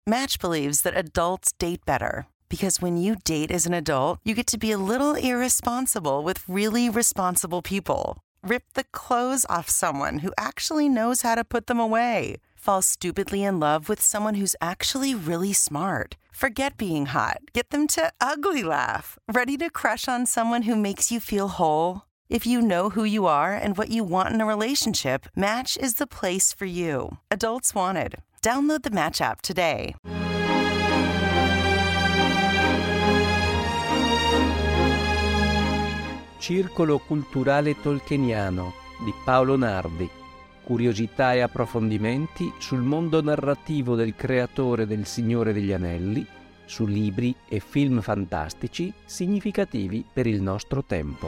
Match believes that adults date better. Because when you date as an adult, you get to be a little irresponsible with really responsible people. Rip the clothes off someone who actually knows how to put them away. Fall stupidly in love with someone who's actually really smart. Forget being hot. Get them to ugly laugh. Ready to crush on someone who makes you feel whole? If you know who you are and what you want in a relationship, Match is the place for you. Adults wanted. Download the Match app today. Circolo culturale tolkieniano di Paolo Nardi. Curiosità e approfondimenti sul mondo narrativo del creatore del Signore degli Anelli, su libri e film fantastici significativi per il nostro tempo.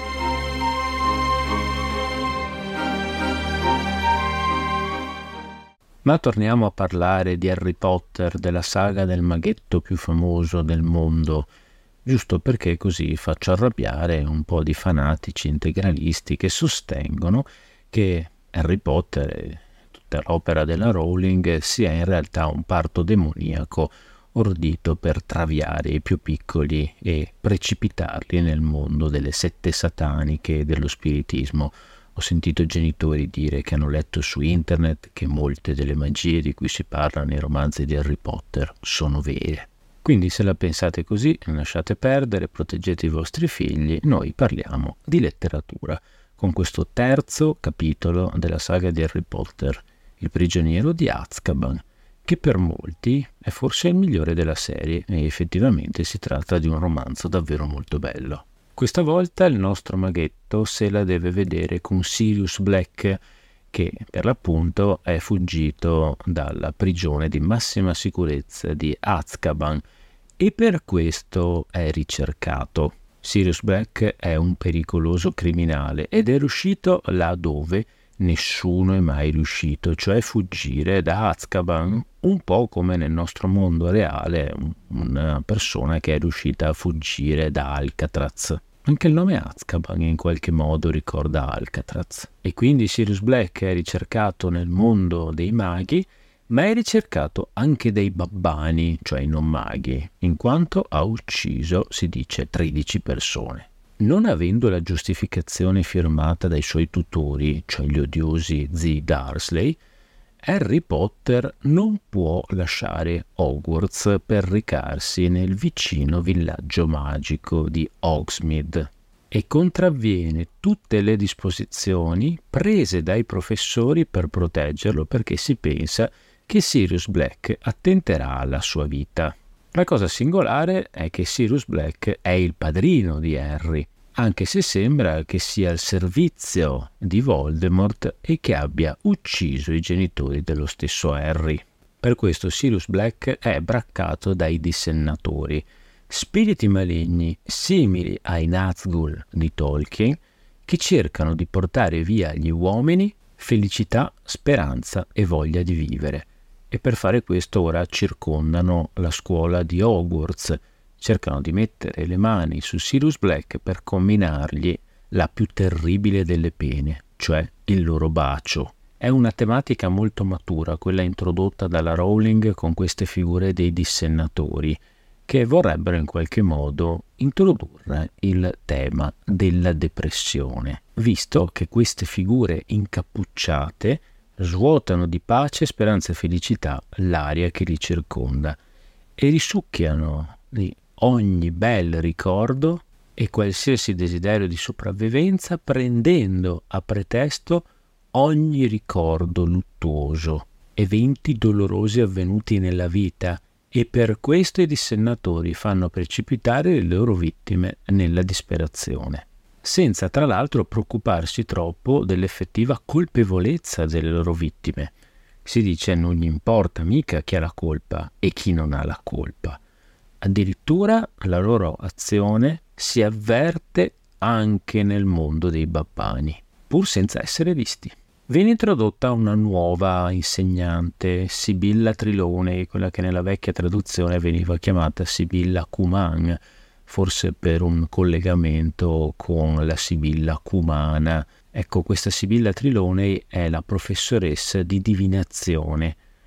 Ma torniamo a parlare di Harry Potter, della saga del maghetto più famoso del mondo, giusto perché così faccio arrabbiare un po' di fanatici integralisti che sostengono che Harry Potter e tutta l'opera della Rowling sia in realtà un parto demoniaco ordito per traviare i più piccoli e precipitarli nel mondo delle sette sataniche e dello spiritismo. Ho sentito genitori dire che hanno letto su internet che molte delle magie di cui si parla nei romanzi di Harry Potter sono vere. Quindi se la pensate così, lasciate perdere, proteggete i vostri figli, noi parliamo di letteratura, con questo terzo capitolo della saga di Harry Potter, Il prigioniero di Azkaban, che per molti è forse il migliore della serie e effettivamente si tratta di un romanzo davvero molto bello. Questa volta il nostro maghetto se la deve vedere con Sirius Black, che per l'appunto è fuggito dalla prigione di massima sicurezza di Azkaban e per questo è ricercato. Sirius Black è un pericoloso criminale ed è riuscito là dove nessuno è mai riuscito, cioè fuggire da Azkaban, un po' come nel nostro mondo reale una persona che è riuscita a fuggire da Alcatraz. Anche il nome Azkaban in qualche modo ricorda Alcatraz. E quindi Sirius Black è ricercato nel mondo dei maghi, ma è ricercato anche dai babbani, cioè i non maghi, in quanto ha ucciso, si dice, 13 persone. Non avendo la giustificazione firmata dai suoi tutori, cioè gli odiosi zii Dursley, Harry Potter non può lasciare Hogwarts per recarsi nel vicino villaggio magico di Hogsmeade e contravviene tutte le disposizioni prese dai professori per proteggerlo perché si pensa che Sirius Black attenterà alla sua vita. La cosa singolare è che Sirius Black è il padrino di Harry, anche se sembra che sia al servizio di Voldemort e che abbia ucciso i genitori dello stesso Harry. Per questo Sirius Black è braccato dai dissennatori, spiriti maligni simili ai Nazgûl di Tolkien, che cercano di portare via agli uomini felicità, speranza e voglia di vivere. E per fare questo ora circondano la scuola di Hogwarts, cercano di mettere le mani su Sirius Black per comminargli la più terribile delle pene, cioè il loro bacio. È una tematica molto matura, quella introdotta dalla Rowling con queste figure dei dissennatori, che vorrebbero in qualche modo introdurre il tema della depressione, visto che queste figure incappucciate svuotano di pace, speranza e felicità l'aria che li circonda e risucchiano di ogni bel ricordo e qualsiasi desiderio di sopravvivenza, prendendo a pretesto ogni ricordo luttuoso, eventi dolorosi avvenuti nella vita, e per questo i dissennatori fanno precipitare le loro vittime nella disperazione, senza tra l'altro preoccuparsi troppo dell'effettiva colpevolezza delle loro vittime. Si dice non gli importa mica chi ha la colpa e chi non ha la colpa. Addirittura la loro azione si avverte anche nel mondo dei babbani, pur senza essere visti. Viene introdotta una nuova insegnante, Sibilla Trilone, quella che nella vecchia traduzione veniva chiamata Sibilla Cuman, forse per un collegamento con la Sibilla Cumana. Ecco, questa Sibilla Trilone è la professoressa di divinazione,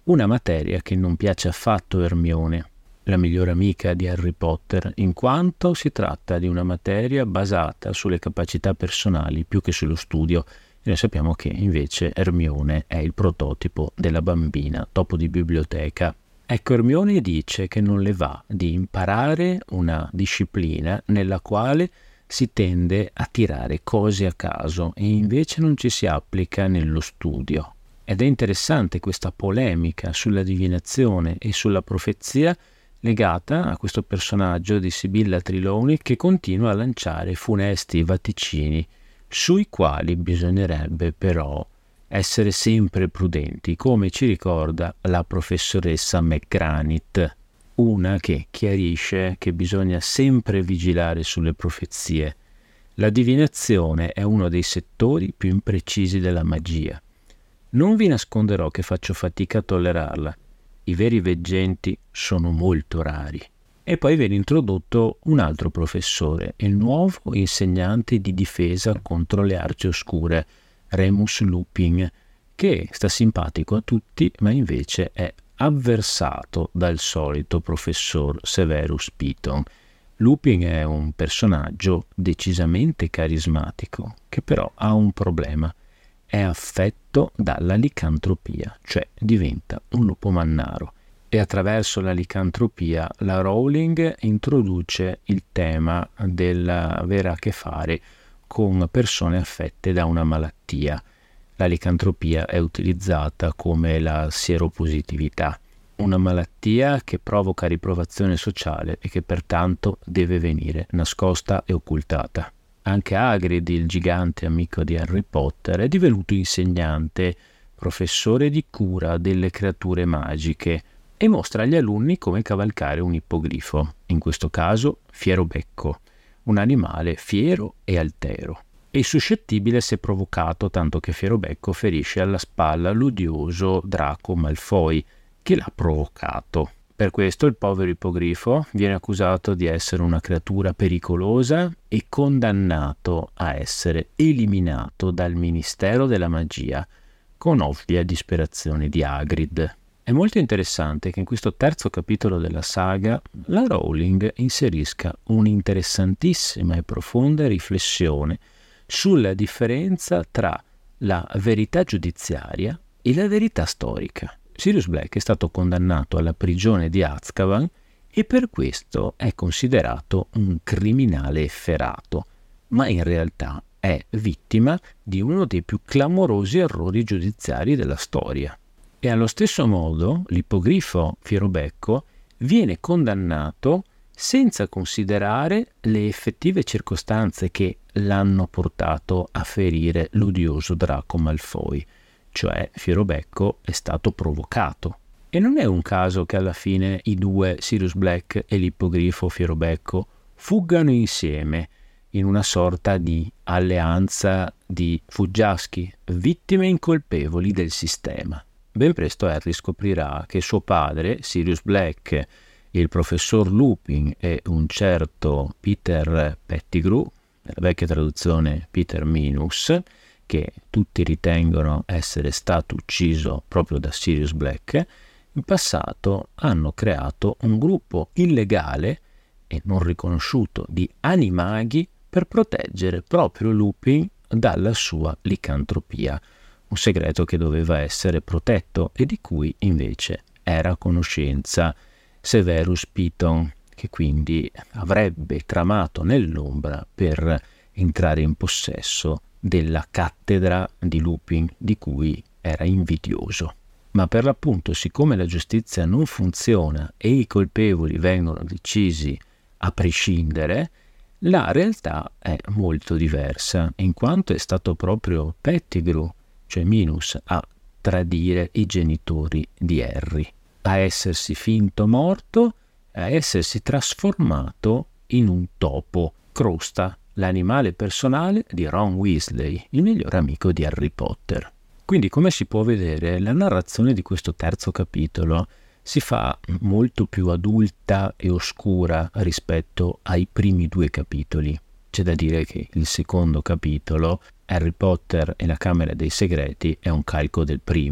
una materia che non piace affatto a Hermione, la migliore amica di Harry Potter, in quanto si tratta di una materia basata sulle capacità personali più che sullo studio. E noi sappiamo che invece Hermione è il prototipo della bambina topo di biblioteca. Ecco, Hermione dice che non le va di imparare una disciplina nella quale si tende a tirare cose a caso e invece non ci si applica nello studio. Ed è interessante questa polemica sulla divinazione e sulla profezia legata a questo personaggio di Sibilla Trelawney, che continua a lanciare funesti vaticini sui quali bisognerebbe però essere sempre prudenti, come ci ricorda la professoressa McGranit, una che chiarisce che bisogna sempre vigilare sulle profezie. La divinazione è uno dei settori più imprecisi della magia. Non vi nasconderò che faccio fatica a tollerarla. I veri veggenti sono molto rari. E poi viene introdotto un altro professore, il nuovo insegnante di difesa contro le arti oscure, Remus Lupin, che sta simpatico a tutti, ma invece è avversato dal solito professor Severus Piton. Lupin è un personaggio decisamente carismatico, che però ha un problema. È affetto dalla licantropia, cioè diventa un lupo mannaro. E attraverso la licantropia la Rowling introduce il tema dell'avere a che fare con persone affette da una malattia. La licantropia è utilizzata come la sieropositività, una malattia che provoca riprovazione sociale e che pertanto deve venire nascosta e occultata. Anche Hagrid, il gigante amico di Harry Potter, è divenuto insegnante, professore di cura delle creature magiche e mostra agli alunni come cavalcare un ippogrifo, in questo caso Fierobecco, un animale fiero e altero, e suscettibile se provocato, tanto che Fierobecco ferisce alla spalla l'odioso Draco Malfoy, che l'ha provocato. Per questo il povero ippogrifo viene accusato di essere una creatura pericolosa e condannato a essere eliminato dal Ministero della Magia, con ovvia disperazione di Hagrid. È molto interessante che in questo terzo capitolo della saga la Rowling inserisca un'interessantissima e profonda riflessione sulla differenza tra la verità giudiziaria e la verità storica. Sirius Black è stato condannato alla prigione di Azkaban e per questo è considerato un criminale efferato, ma in realtà è vittima di uno dei più clamorosi errori giudiziari della storia. E allo stesso modo l'ippogrifo Fierobecco viene condannato senza considerare le effettive circostanze che l'hanno portato a ferire l'odioso Draco Malfoy, cioè Fierobecco è stato provocato. E non è un caso che alla fine i due, Sirius Black e l'ippogrifo Fierobecco, fuggano insieme in una sorta di alleanza di fuggiaschi, vittime incolpevoli del sistema. Ben presto Harry scoprirà che suo padre, Sirius Black, il professor Lupin e un certo Peter Pettigrew, nella vecchia traduzione Peter Minus, che tutti ritengono essere stato ucciso proprio da Sirius Black, in passato hanno creato un gruppo illegale e non riconosciuto di animaghi per proteggere proprio Lupin dalla sua licantropia, un segreto che doveva essere protetto e di cui invece era a conoscenza Severus Piton, che quindi avrebbe tramato nell'ombra per entrare in possesso della cattedra di Lupin di cui era invidioso. Ma per l'appunto, siccome la giustizia non funziona e i colpevoli vengono decisi a prescindere, la realtà è molto diversa, in quanto è stato proprio Pettigrew, cioè Minus, a tradire i genitori di Harry, a essersi finto morto, a essersi trasformato in un topo, Crosta, l'animale personale di Ron Weasley, il miglior amico di Harry Potter. Quindi, come si può vedere, la narrazione di questo terzo capitolo si fa molto più adulta e oscura rispetto ai primi due capitoli. C'è da dire che il secondo capitolo, Harry Potter e la Camera dei Segreti, è un calco del primo,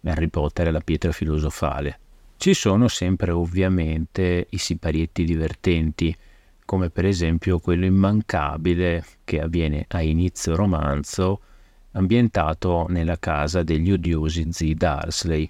Harry Potter e la pietra filosofale. Ci sono sempre ovviamente i siparietti divertenti, come per esempio quello immancabile che avviene a inizio romanzo, ambientato nella casa degli odiosi zii Dursley,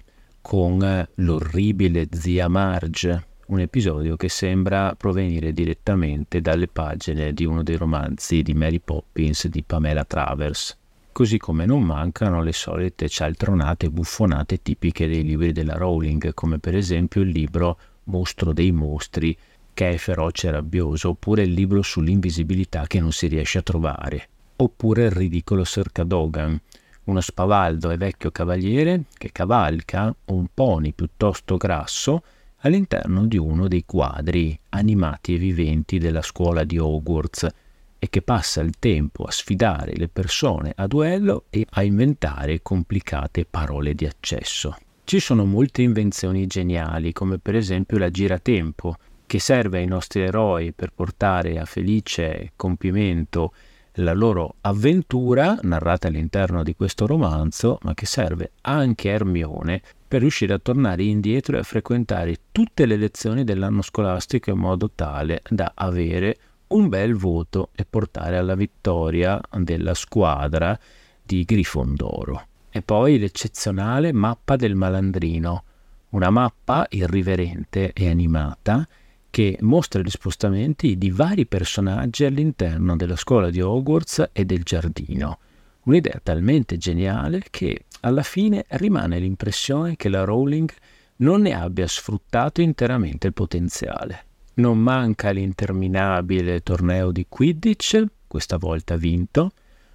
con l'orribile zia Marge, un episodio che sembra provenire direttamente dalle pagine di uno dei romanzi di Mary Poppins di Pamela Travers. Così come non mancano le solite cialtronate e buffonate tipiche dei libri della Rowling, come per esempio il libro Mostro dei mostri, che è feroce e rabbioso, oppure il libro sull'invisibilità che non si riesce a trovare, oppure il ridicolo Sir Cadogan, uno spavaldo e vecchio cavaliere che cavalca un pony piuttosto grasso all'interno di uno dei quadri animati e viventi della scuola di Hogwarts, e che passa il tempo a sfidare le persone a duello e a inventare complicate parole di accesso. Ci sono molte invenzioni geniali, come per esempio la giratempo, che serve ai nostri eroi per portare a felice compimento la loro avventura narrata all'interno di questo romanzo, ma che serve anche a Hermione per riuscire a tornare indietro e a frequentare tutte le lezioni dell'anno scolastico in modo tale da avere un bel voto e portare alla vittoria della squadra di Grifondoro. E poi l'eccezionale mappa del malandrino, una mappa irriverente e animata che mostra gli spostamenti di vari personaggi all'interno della scuola di Hogwarts e del giardino. Un'idea talmente geniale che alla fine rimane l'impressione che la Rowling non ne abbia sfruttato interamente il potenziale. Non manca l'interminabile torneo di Quidditch, questa volta vinto,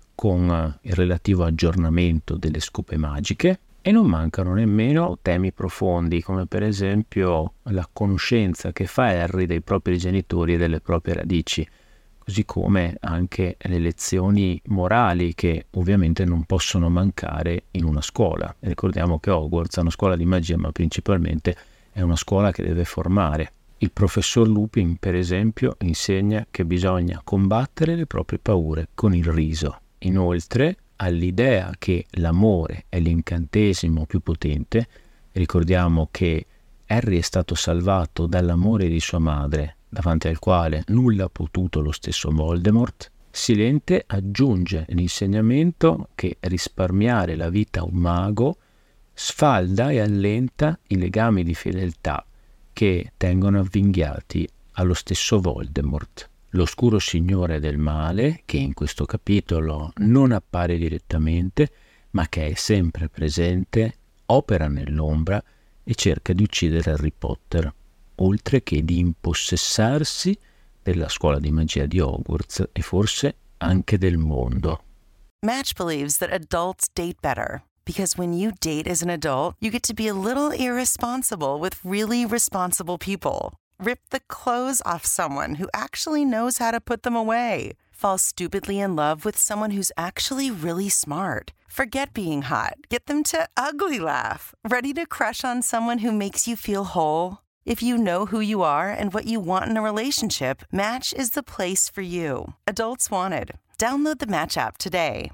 con il relativo aggiornamento delle scope magiche, e non mancano nemmeno temi profondi, come per esempio la conoscenza che fa Harry dei propri genitori e delle proprie radici, così come anche le lezioni morali che ovviamente non possono mancare in una scuola. Ricordiamo che Hogwarts è una scuola di magia, ma principalmente è una scuola che deve formare. Il professor Lupin, per esempio, insegna che bisogna combattere le proprie paure con il riso. Inoltre, all'idea che l'amore è l'incantesimo più potente, ricordiamo che Harry è stato salvato dall'amore di sua madre, davanti al quale nulla ha potuto lo stesso Voldemort, Silente aggiunge l'insegnamento che risparmiare la vita a un mago sfalda e allenta i legami di fedeltà che tengono avvinghiati allo stesso Voldemort, l'oscuro signore del male che in questo capitolo non appare direttamente, ma che è sempre presente, opera nell'ombra e cerca di uccidere Harry Potter, oltre che di impossessarsi della scuola di magia di Hogwarts e forse anche del mondo. Match believes that adults date better. Because when you date as an adult, you get to be a little irresponsible with really responsible people. Rip the clothes off someone who actually knows how to put them away. Fall stupidly in love with someone who's actually really smart. Forget being hot. Get them to ugly laugh. Ready to crush on someone who makes you feel whole? If you know who you are and what you want in a relationship, Match is the place for you. Adults wanted. Download the Match app today.